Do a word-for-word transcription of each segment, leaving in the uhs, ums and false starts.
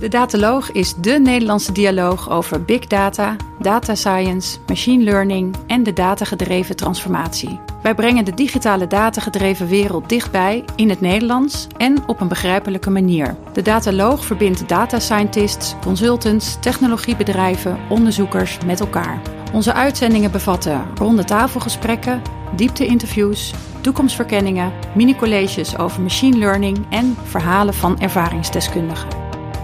De Dataloog is dé Nederlandse dialoog over big data, data science, machine learning en de datagedreven transformatie. Wij brengen de digitale datagedreven wereld dichtbij in het Nederlands en op een begrijpelijke manier. De Dataloog verbindt data scientists, consultants, technologiebedrijven, onderzoekers met elkaar. Onze uitzendingen bevatten ronde tafelgesprekken, diepte-interviews, toekomstverkenningen, mini-colleges over machine learning en verhalen van ervaringsdeskundigen.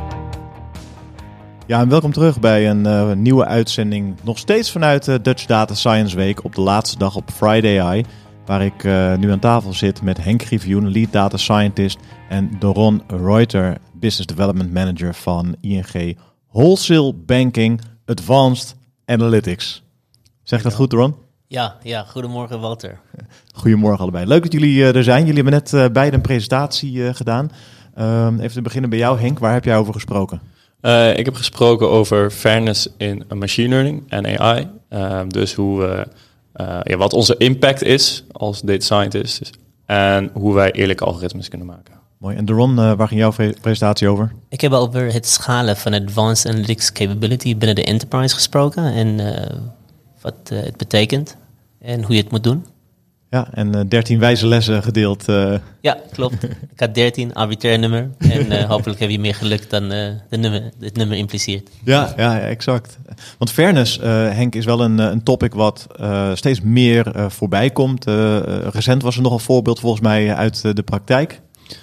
Ja, en welkom terug bij een uh, nieuwe uitzending. Nog steeds vanuit de Dutch Data Science Week op de laatste dag op Friday Eye. Waar ik uh, nu aan tafel zit met Henk Griffioen, Lead Data Scientist. En Doron Reuter, Business Development Manager van I N G Wholesale Banking Advanced Analytics. Zeg ik dat goed, Doron? Ja, ja, goedemorgen Walter. Goedemorgen allebei. Leuk dat jullie uh, er zijn. Jullie hebben net uh, beide een presentatie uh, gedaan. Uh, even te beginnen bij jou, Henk. Waar heb jij over gesproken? Uh, ik heb gesproken over fairness in machine learning en A I. Uh, dus hoe, uh, uh, ja, wat onze impact is als data scientist en hoe wij eerlijke algoritmes kunnen maken. Mooi. En Doron, uh, waar ging jouw presentatie over? Ik heb over het schalen van advanced analytics capability binnen de enterprise gesproken en uh, wat uh, het betekent en hoe je het moet doen. Ja, en uh, dertien wijze lessen gedeeld. Uh... Ja, klopt. Ik had dertien, arbitrair nummer. En uh, hopelijk heb je meer geluk dan uh, de nummer, het nummer impliceert. Ja, ja, exact. Want fairness, uh, Henk, is wel een, een topic wat uh, steeds meer uh, voorbij komt. Uh, uh, recent was er nog een voorbeeld volgens mij uit uh, de praktijk.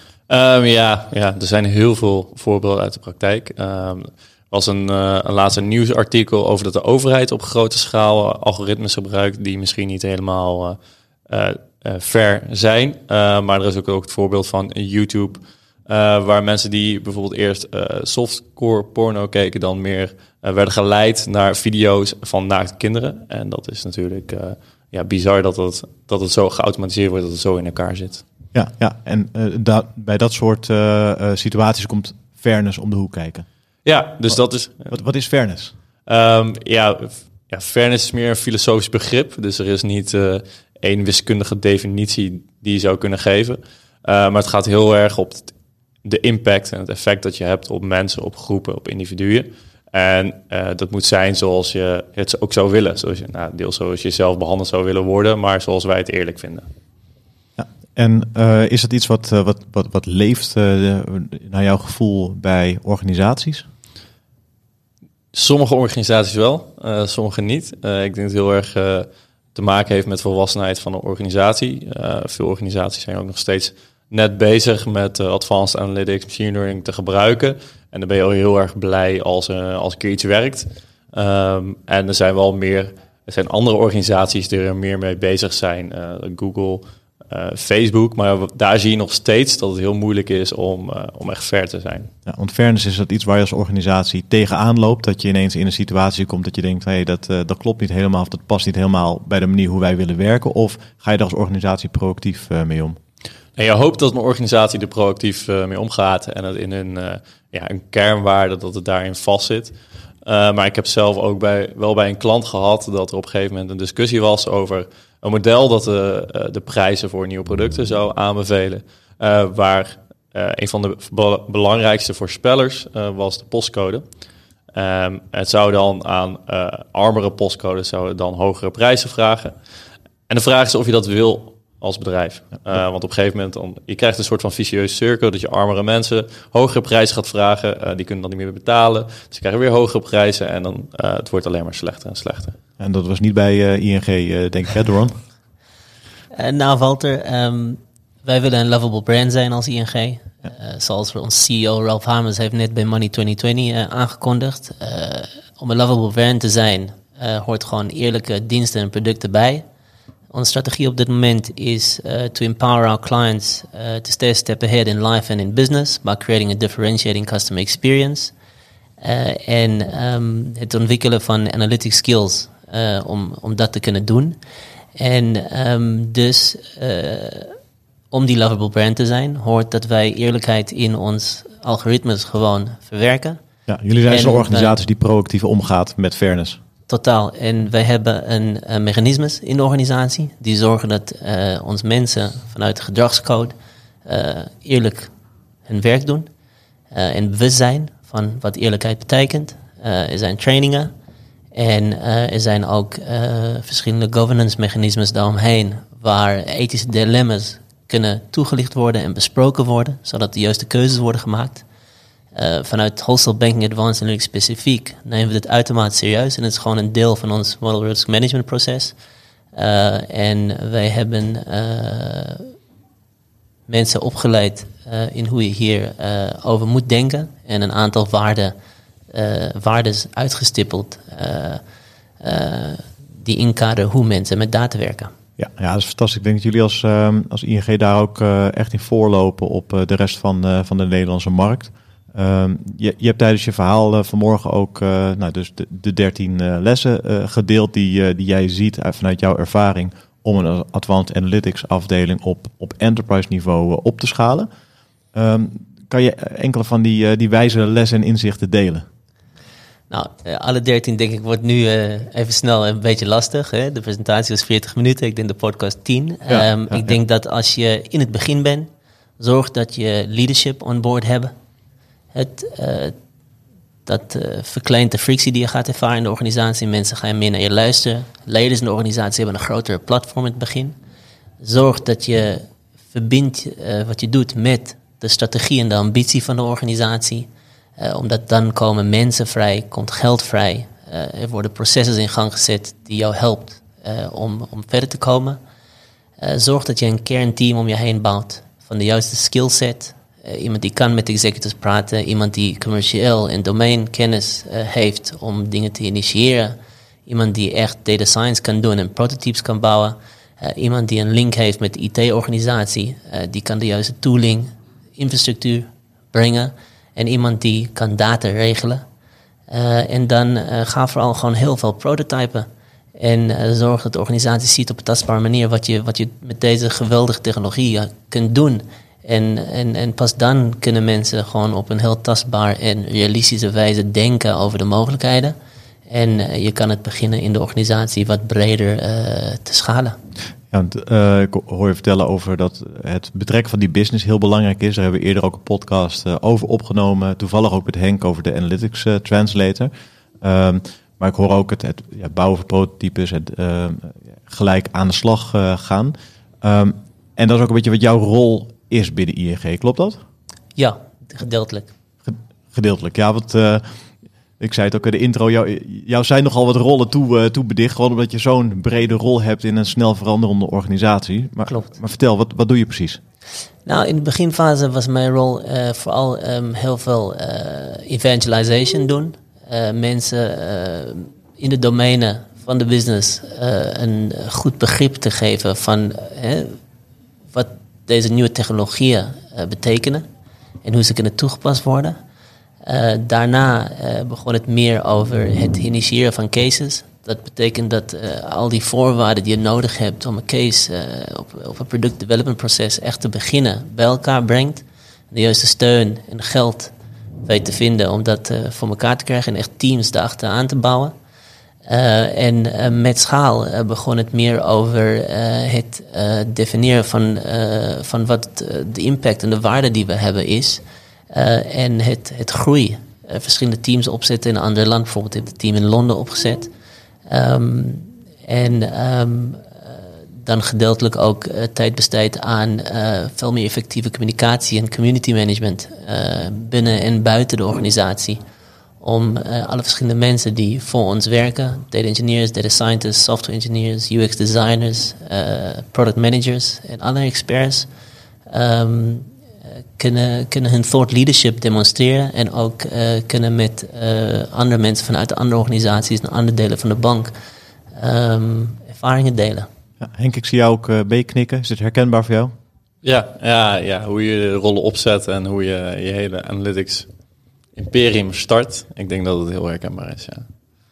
Um, ja, ja, er zijn heel veel voorbeelden uit de praktijk. Um, Er was een, uh, een laatste nieuwsartikel over dat de overheid op grote schaal uh, algoritmes gebruikt die misschien niet helemaal... Uh, Uh, uh, fair zijn. Uh, maar er is ook, ook het voorbeeld van YouTube, uh, waar mensen die bijvoorbeeld eerst uh, softcore porno keken, dan meer uh, werden geleid naar video's van naakte kinderen. En dat is natuurlijk uh, ja, bizar dat het, dat het zo geautomatiseerd wordt, dat het zo in elkaar zit. Ja, ja. en uh, da- bij dat soort uh, uh, situaties komt fairness om de hoek kijken. Ja, dus wat, dat is... Wat, wat is fairness? Um, ja, ja, fairness is meer een filosofisch begrip. Dus er is niet... Uh, één wiskundige definitie die je zou kunnen geven. Uh, maar het gaat heel erg op de impact en het effect dat je hebt op mensen, op groepen, op individuen. En uh, dat moet zijn zoals je het ook zou willen. Zoals je, nou, deels zoals je zelf behandeld zou willen worden, maar zoals wij het eerlijk vinden. Ja, en uh, is dat iets wat, uh, wat, wat, wat leeft uh, de, naar jouw gevoel bij organisaties? Sommige organisaties wel, uh, sommige niet. Uh, ik denk het heel erg... Uh, te maken heeft met volwassenheid van een organisatie. Uh, veel organisaties zijn ook nog steeds net bezig met uh, advanced analytics, machine learning te gebruiken. En dan ben je al heel erg blij als, uh, als een keer iets werkt. Um, en er zijn wel meer, er zijn andere organisaties die er meer mee bezig zijn. Uh, Google, uh, Facebook. Maar daar zie je nog steeds dat het heel moeilijk is om, uh, om echt fair te zijn. Ja, want fairness is dat iets waar je als organisatie tegenaan loopt. Dat je ineens in een situatie komt dat je denkt, hey, dat, uh, dat klopt niet helemaal of dat past niet helemaal bij de manier hoe wij willen werken. Of ga je daar als organisatie proactief uh, mee om? En je hoopt dat een organisatie er proactief uh, mee omgaat en dat in een, uh, ja, een kernwaarde dat het daarin vastzit. Uh, maar ik heb zelf ook bij, wel bij een klant gehad dat er op een gegeven moment een discussie was over een model dat de, uh, de prijzen voor nieuwe producten zou aanbevelen. Uh, waar uh, een van de be- belangrijkste voorspellers uh, was de postcode. Um, het zou dan aan uh, armere postcodes zouden dan hogere prijzen vragen. En de vraag is of je dat wil als bedrijf. Uh, want op een gegeven moment, dan, je krijgt een soort van vicieuze cirkel dat je armere mensen hogere prijzen gaat vragen. Uh, die kunnen dan niet meer betalen. Dus ze krijgen weer hogere prijzen en dan uh, het wordt alleen maar slechter en slechter. En dat was niet bij uh, I N G, uh, denk ik, hè, Doron? Uh, nou, Walter, um, wij willen een lovable brand zijn als I N G. Ja. Uh, zoals ons C E O Ralph Hamers heeft net bij Money twintig twintig uh, aangekondigd. Uh, om een lovable brand te zijn, uh, hoort gewoon eerlijke diensten en producten bij. Onze strategie op dit moment is uh, to empower our clients uh, to stay a step ahead in life and in business by creating a differentiating customer experience. Uh, en um, het ontwikkelen van analytic skills uh, om, om dat te kunnen doen. En um, dus uh, om die lovable brand te zijn, hoort dat wij eerlijkheid in ons algoritmes gewoon verwerken. Ja, jullie zijn zo'n en, organisatie uh, die proactief omgaat met fairness. Totaal. En wij hebben een, een mechanismes in de organisatie die zorgen dat uh, ons mensen vanuit de gedragscode uh, eerlijk hun werk doen uh, en bewust zijn van wat eerlijkheid betekent. Uh, er zijn trainingen en uh, er zijn ook uh, verschillende governance mechanismes daaromheen waar ethische dilemma's kunnen toegelicht worden en besproken worden, zodat de juiste keuzes worden gemaakt. Uh, vanuit Wholesale Banking Advanced Analytics specifiek nemen we dit uitermate serieus en het is gewoon een deel van ons Model Risk Management proces. Uh, en wij hebben uh, mensen opgeleid uh, in hoe je hier uh, over moet denken en een aantal waarden, uh, waardes uitgestippeld uh, uh, die inkaderen hoe mensen met data werken. Ja, ja, dat is fantastisch. Ik denk dat jullie als, uh, als I N G daar ook uh, echt in voorlopen op uh, de rest van, uh, van de Nederlandse markt. Um, je, je hebt tijdens je verhaal uh, vanmorgen ook uh, nou, dus de, de dertien uh, lessen uh, gedeeld die, uh, die jij ziet uh, vanuit jouw ervaring om een Advanced Analytics afdeling op, op enterprise niveau uh, op te schalen. Um, kan je enkele van die, uh, die wijze lessen en inzichten delen? Nou, alle dertien denk ik wordt nu uh, even snel een beetje lastig. Hè? De presentatie was veertig minuten, ik denk de podcast tien. Ja, um, ja, ik denk ja. dat als je in het begin bent, zorg dat je leadership on board hebben. Het, uh, dat uh, verkleint de frictie die je gaat ervaren in de organisatie. Mensen gaan meer naar je luisteren. Leiders in de organisatie hebben een grotere platform in het begin. Zorg dat je verbindt uh, wat je doet met de strategie en de ambitie van de organisatie. Uh, omdat dan komen mensen vrij, komt geld vrij. Uh, er worden processen in gang gezet die jou helpt uh, om, om verder te komen. Uh, zorg dat je een kernteam om je heen bouwt van de juiste skillset. Uh, iemand die kan met executives praten. Iemand die commercieel en domeinkennis uh, heeft om dingen te initiëren. Iemand die echt data science kan doen en prototypes kan bouwen. Uh, iemand die een link heeft met de I T-organisatie. Uh, die kan de juiste tooling, infrastructuur brengen. En iemand die kan data regelen. Uh, en dan uh, ga vooral gewoon heel veel prototypen. En uh, zorg dat de organisatie ziet op een tastbare manier wat je, wat je met deze geweldige technologie uh, kunt doen. En, en, en pas dan kunnen mensen gewoon op een heel tastbaar en realistische wijze denken over de mogelijkheden. En uh, je kan het beginnen in de organisatie wat breder uh, te schalen. Ja, want, uh, ik hoor je vertellen over dat het betrekken van die business heel belangrijk is. Daar hebben we eerder ook een podcast uh, over opgenomen. Toevallig ook met Henk over de Analytics uh, Translator. Um, maar ik hoor ook het, het ja, bouwen van prototypes, het uh, gelijk aan de slag uh, gaan. Um, en dat is ook een beetje wat jouw rol is binnen I N G, klopt dat? Ja, gedeeltelijk. Gedeeltelijk, ja, want uh, ik zei het ook in de intro, jou, jou zijn nogal wat rollen toe, uh, toe bedicht, gewoon omdat je zo'n brede rol hebt in een snel veranderende organisatie. Maar, Klopt. Maar vertel, wat, wat doe je precies? Nou, in de beginfase was mijn rol uh, vooral um, heel veel uh, evangelization doen. Uh, mensen uh, in de domeinen van de business uh, een goed begrip te geven van uh, wat deze nieuwe technologieën uh, betekenen en hoe ze kunnen toegepast worden. Uh, daarna uh, begon het meer over het initiëren van cases. Dat betekent dat uh, al die voorwaarden die je nodig hebt om een case uh, op, op een product development proces echt te beginnen bij elkaar brengt. De juiste steun en geld weet te vinden om dat uh, voor elkaar te krijgen en echt teams daarachter aan te bouwen. Uh, en uh, met schaal uh, begon het meer over uh, het uh, definiëren van, uh, van wat uh, de impact en de waarde die we hebben is. Uh, en het, het groeien. Uh, verschillende teams opzetten in een ander land. Bijvoorbeeld heb ik het team in Londen opgezet. Um, en um, uh, dan gedeeltelijk ook uh, tijd besteed aan uh, veel meer effectieve communicatie en community management uh, binnen en buiten de organisatie. Om uh, alle verschillende mensen die voor ons werken, data engineers, data scientists, software engineers, U X designers, uh, product managers en alle experts um, kunnen, kunnen hun thought leadership demonstreren en ook uh, kunnen met uh, andere mensen vanuit de andere organisaties en andere delen van de bank um, ervaringen delen. Ja, Henk, ik zie jou ook uh, meeknikken. Is dit herkenbaar voor jou? Ja, ja, ja, hoe je de rollen opzet en hoe je je hele analytics imperium start. Ik denk dat het heel herkenbaar is, ja.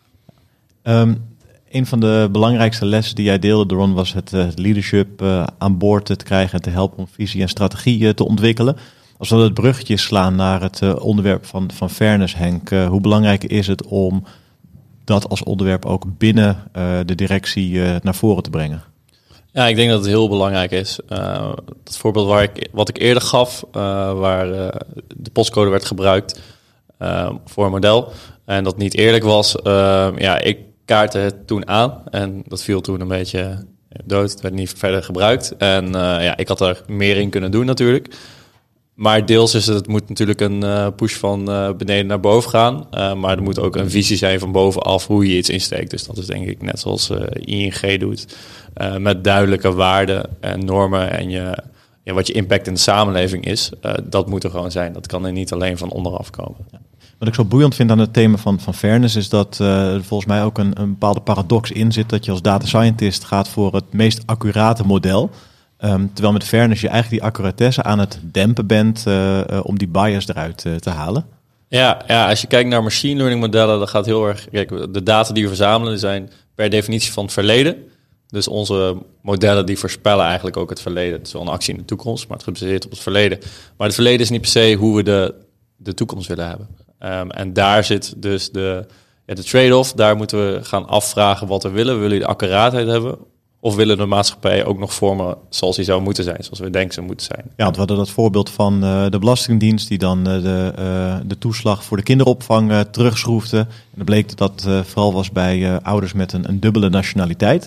Um, een van de belangrijkste lessen die jij deelde, Doron, was het uh, leadership uh, aan boord te krijgen en te helpen om visie en strategie uh, te ontwikkelen. Als we het bruggetje slaan naar het uh, onderwerp van, van fairness, Henk, uh, hoe belangrijk is het om dat als onderwerp ook binnen uh, de directie uh, naar voren te brengen? Ja, ik denk dat het heel belangrijk is. Uh, dat voorbeeld waar ik, wat ik eerder gaf, uh, waar uh, de postcode werd gebruikt, uh, voor een model. En dat niet eerlijk was. Uh, ja, ik kaartte het toen aan. En dat viel toen een beetje dood. Het werd niet verder gebruikt. En uh, ja, ik had er meer in kunnen doen natuurlijk. Maar deels is het, het moet natuurlijk een uh, push van uh, beneden naar boven gaan. Uh, maar er moet ook een visie zijn van bovenaf hoe je iets insteekt. Dus dat is denk ik net zoals uh, I N G doet. Uh, met duidelijke waarden en normen en je, ja, wat je impact in de samenleving is. Uh, dat moet er gewoon zijn. Dat kan er niet alleen van onderaf komen. Ja. Wat ik zo boeiend vind aan het thema van, van fairness is dat uh, er volgens mij ook een, een bepaalde paradox in zit. Dat je als data scientist gaat voor het meest accurate model. Um, terwijl met fairness je eigenlijk die accuratesse aan het dempen bent uh, uh, om die bias eruit uh, te halen. Ja, ja, als je kijkt naar machine learning modellen, dan gaat heel erg... Kijk, de data die we verzamelen zijn per definitie van het verleden. Dus onze modellen die voorspellen eigenlijk ook het verleden. Het is wel een actie in de toekomst, maar het is gebaseerd op het verleden. Maar het verleden is niet per se hoe we de, de toekomst willen hebben. Um, en daar zit dus de, ja, de trade-off. Daar moeten we gaan afvragen wat we willen. We willen de accuraatheid hebben. Of willen de maatschappij ook nog vormen zoals die zou moeten zijn, zoals we denken ze moeten zijn. Ja, want we hadden dat voorbeeld van uh, de Belastingdienst die dan uh, de, uh, de toeslag voor de kinderopvang uh, terugschroefde. En dan bleek dat dat uh, vooral was bij uh, ouders met een, een dubbele nationaliteit.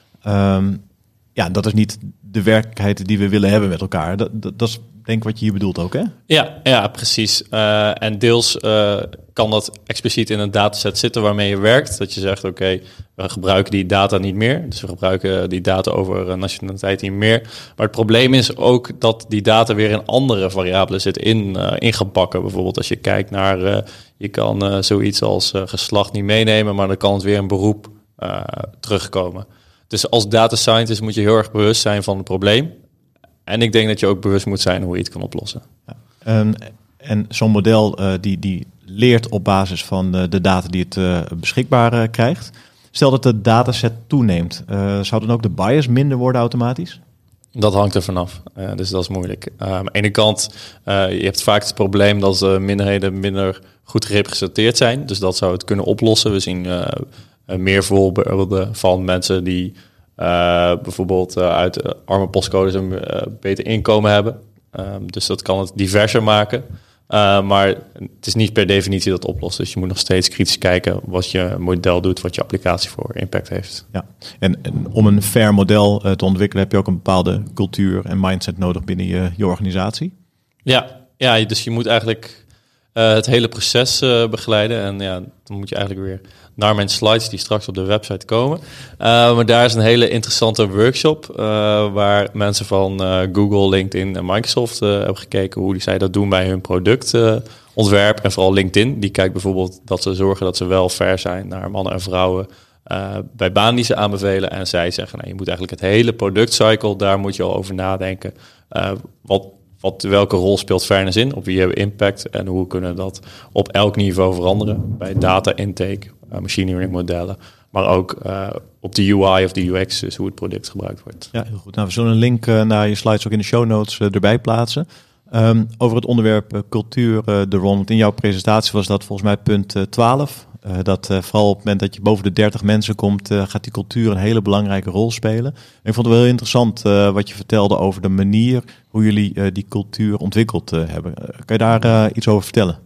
Um, ja, dat is niet de werkelijkheid die we willen hebben met elkaar. Dat, dat, dat is denk ik wat je hier bedoelt ook, hè? Ja, ja precies. Uh, en deels uh, kan dat expliciet in een dataset zitten waarmee je werkt. Dat je zegt, oké, okay, we gebruiken die data niet meer. Dus we gebruiken die data over uh, nationaliteit niet meer. Maar het probleem is ook dat die data weer in andere variabelen zit in, uh, ingebakken. Bijvoorbeeld als je kijkt naar, uh, je kan uh, zoiets als uh, geslacht niet meenemen, maar dan kan het weer een beroep uh, terugkomen. Dus als data scientist moet je heel erg bewust zijn van het probleem. En ik denk dat je ook bewust moet zijn hoe je het kan oplossen. Ja. Um, en zo'n model uh, die, die leert op basis van uh, de data die het uh, beschikbaar uh, krijgt. Stel dat de dataset toeneemt, uh, zou dan ook de bias minder worden automatisch? Dat hangt er vanaf, uh, dus dat is moeilijk. Uh, aan de ene kant, uh, je hebt vaak het probleem dat uh, minderheden minder goed gerepresenteerd zijn. Dus dat zou het kunnen oplossen. We zien uh, uh, meer voorbeelden van mensen die uh, bijvoorbeeld uh, uit uh, arme postcodes een uh, beter inkomen hebben. Uh, dus dat kan het diverser maken. Uh, maar het is niet per definitie dat oplost. Dus je moet nog steeds kritisch kijken wat je model doet, wat je applicatie voor impact heeft. Ja, en, en om een fair model uh, te ontwikkelen heb je ook een bepaalde cultuur en mindset nodig binnen je, je organisatie? Ja, ja, dus je moet eigenlijk uh, het hele proces uh, begeleiden. En ja, dan moet je eigenlijk weer naar mijn slides die straks op de website komen. Uh, maar daar is een hele interessante workshop uh, waar mensen van uh, Google, LinkedIn en Microsoft uh, hebben gekeken hoe zij dat doen bij hun productontwerp. Uh, en vooral LinkedIn, die kijkt bijvoorbeeld dat ze zorgen dat ze wel fair zijn naar mannen en vrouwen uh, bij banen die ze aanbevelen. En zij zeggen, nou, je moet eigenlijk het hele productcycle, daar moet je al over nadenken. Uh, wat Wat, welke rol speelt fairness in? Op wie hebben impact? En hoe kunnen we dat op elk niveau veranderen? Bij data intake, uh, machine learning modellen. Maar ook uh, op de U I of de U X, dus hoe het product gebruikt wordt. Ja, heel goed. Nou, we zullen een link uh, naar je slides ook in de show notes uh, erbij plaatsen. Um, over het onderwerp uh, cultuur, uh, de Ron. Want in jouw presentatie was dat volgens mij punt uh, twaalf. Uh, dat uh, vooral op het moment dat je boven de dertig mensen komt, uh, gaat die cultuur een hele belangrijke rol spelen. En ik vond het wel heel interessant uh, wat je vertelde over de manier hoe jullie uh, die cultuur ontwikkeld uh, hebben. Uh, kan je daar uh, iets over vertellen?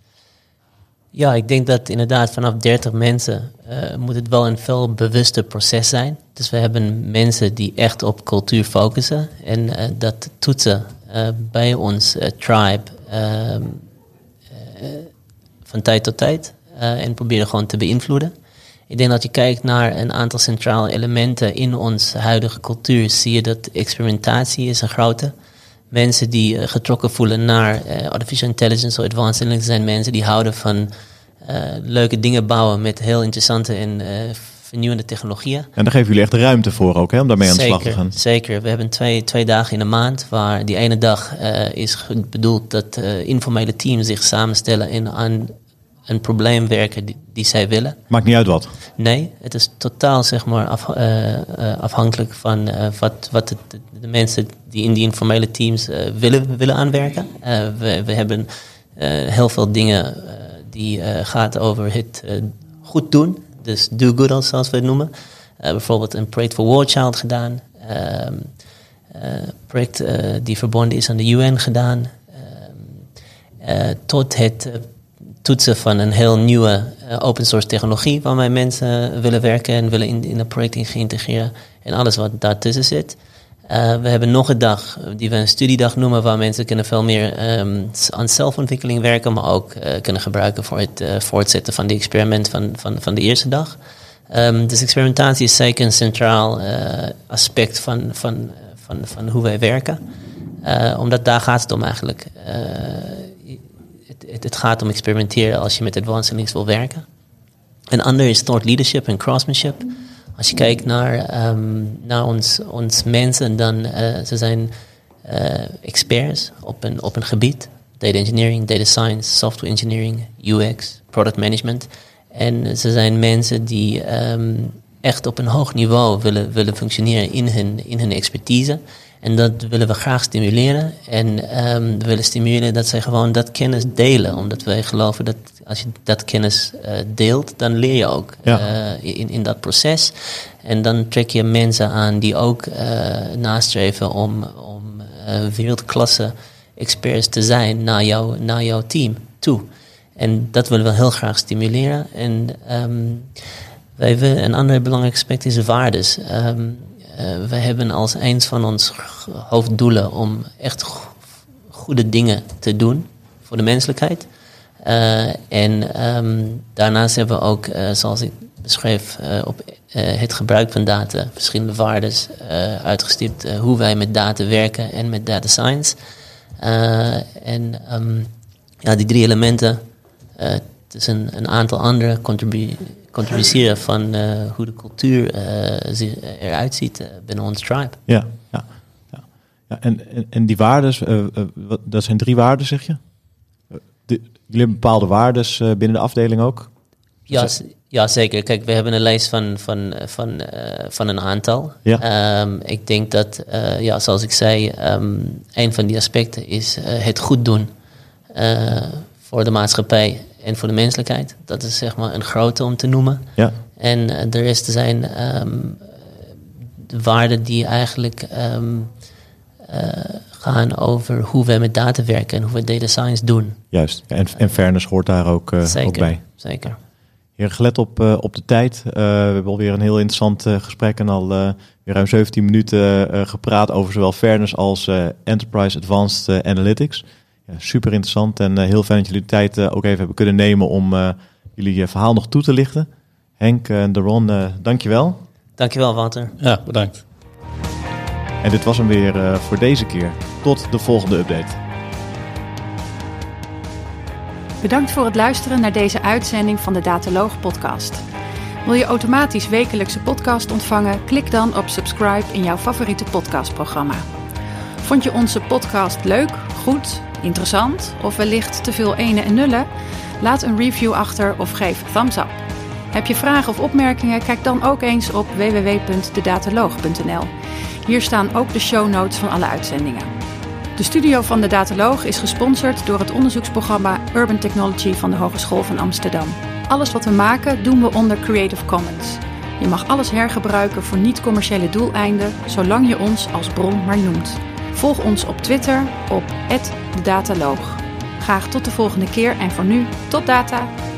Ja, ik denk dat inderdaad vanaf dertig mensen uh, moet het wel een veel bewuster proces zijn. Dus we hebben mensen die echt op cultuur focussen en uh, dat toetsen uh, bij ons uh, tribe uh, uh, van tijd tot tijd. Uh, en proberen gewoon te beïnvloeden. Ik denk dat je kijkt naar een aantal centrale elementen in onze huidige cultuur, zie je dat experimentatie is een grote. Mensen die uh, getrokken voelen naar uh, artificial intelligence of advanced intelligence zijn mensen die houden van uh, leuke dingen bouwen met heel interessante en uh, vernieuwende technologieën. En daar geven jullie echt de ruimte voor ook, hè, om daarmee aan de slag te gaan. Zeker. We hebben twee, twee dagen in de maand waar die ene dag uh, is bedoeld dat uh, informele teams zich samenstellen en aan een probleem werken die, die zij willen. Maakt niet uit wat? Nee, het is totaal zeg maar af, uh, uh, afhankelijk van uh, wat, wat het, de mensen die in die informele teams uh, willen, willen aanwerken. Uh, we, we hebben uh, heel veel dingen uh, die uh, gaat over het uh, goed doen. Dus do good, zoals we het noemen. Uh, bijvoorbeeld een Parade for War Child gedaan. Een uh, uh, project uh, die verbonden is aan de U N gedaan. Uh, uh, tot het... Uh, toetsen van een heel nieuwe uh, open source technologie waarmee mensen willen werken en willen in, in een project in geïntegreerd en alles wat daartussen zit. Uh, we hebben nog een dag die we een studiedag noemen waar mensen kunnen veel meer um, aan zelfontwikkeling werken, maar ook uh, kunnen gebruiken voor het uh, voortzetten van die experiment van, van, van de eerste dag. Um, dus experimentatie is zeker een centraal uh, aspect van, van, van, van hoe wij werken. Uh, omdat daar gaat het om eigenlijk. Uh, het, het, het gaat om experimenteren als je met advanced links wil werken. Een ander is thought leadership en craftsmanship. Als je kijkt naar, um, naar ons, ons mensen, dan uh, ze zijn uh, experts op een, op een gebied. Data engineering, data science, software engineering, U X, product management. En ze zijn mensen die um, echt op een hoog niveau willen, willen functioneren in hun, in hun expertise. En dat willen we graag stimuleren. En um, we willen stimuleren dat zij gewoon dat kennis delen. Omdat wij geloven dat als je dat kennis uh, deelt, dan leer je ook ja. uh, in, in dat proces. En dan trek je mensen aan die ook uh, nastreven om, om uh, wereldklasse experts te zijn naar, jou, naar jouw team toe. En dat willen we heel graag stimuleren. En um, wij willen, een ander belangrijk aspect is waardes. Um, uh, we hebben als een van ons hoofddoelen om echt go- goede dingen te doen voor de menselijkheid. Uh, en um, daarnaast hebben we ook, uh, zoals ik beschreef, uh, op uh, het gebruik van data, verschillende waardes uh, uitgestipt. Uh, hoe wij met data werken en met data science. Uh, en um, ja, die drie elementen. Uh, het is een, een aantal andere contribu- contribueren van uh, hoe de cultuur uh, eruit ziet uh, binnen ons tribe. Ja, ja, ja. ja en, en, en die waardes, uh, uh, wat, dat zijn drie waarden, zeg je? Uh, de, jullie hebben bepaalde waardes uh, binnen de afdeling ook? Ja, z- ja, zeker. Kijk, we hebben een lijst van, van, van, uh, van een aantal. Ja. Um, ik denk dat, uh, ja, zoals ik zei, um, een van die aspecten is uh, het goed doen uh, voor de maatschappij en voor de menselijkheid. Dat is zeg maar een grote om te noemen. Ja. En uh, de rest zijn um, de waarden die eigenlijk um, uh, gaan over hoe we met data werken en hoe we data science doen. Juist, ja, en, en fairness hoort daar ook, uh, zeker, ook bij. Zeker. Heer, gelet op, uh, op de tijd. Uh, we hebben alweer een heel interessant uh, gesprek en al uh, weer ruim zeventien minuten uh, gepraat over zowel fairness als uh, Enterprise Advanced uh, Analytics. Ja, super interessant en uh, heel fijn dat jullie de tijd uh, ook even hebben kunnen nemen om uh, jullie uh, verhaal nog toe te lichten. Henk en uh, Daron, uh, dankjewel. Dankjewel, Walter. Ja, bedankt. En dit was hem weer uh, voor deze keer. Tot de volgende update. Bedankt voor het luisteren naar deze uitzending van de Dataloog podcast. Wil je automatisch wekelijkse podcast ontvangen? Klik dan op subscribe in jouw favoriete podcastprogramma. Vond je onze podcast leuk, goed, interessant of wellicht te veel enen en nullen? Laat een review achter of geef thumbs up. Heb je vragen of opmerkingen? Kijk dan ook eens op w w w punt de dataloog punt n l. Hier staan ook de show notes van alle uitzendingen. De studio van de Dataloog is gesponsord door het onderzoeksprogramma Urban Technology van de Hogeschool van Amsterdam. Alles wat we maken doen we onder Creative Commons. Je mag alles hergebruiken voor niet-commerciële doeleinden, zolang je ons als bron maar noemt. Volg ons op Twitter op at de Dataloog. Graag tot de volgende keer en voor nu, tot data!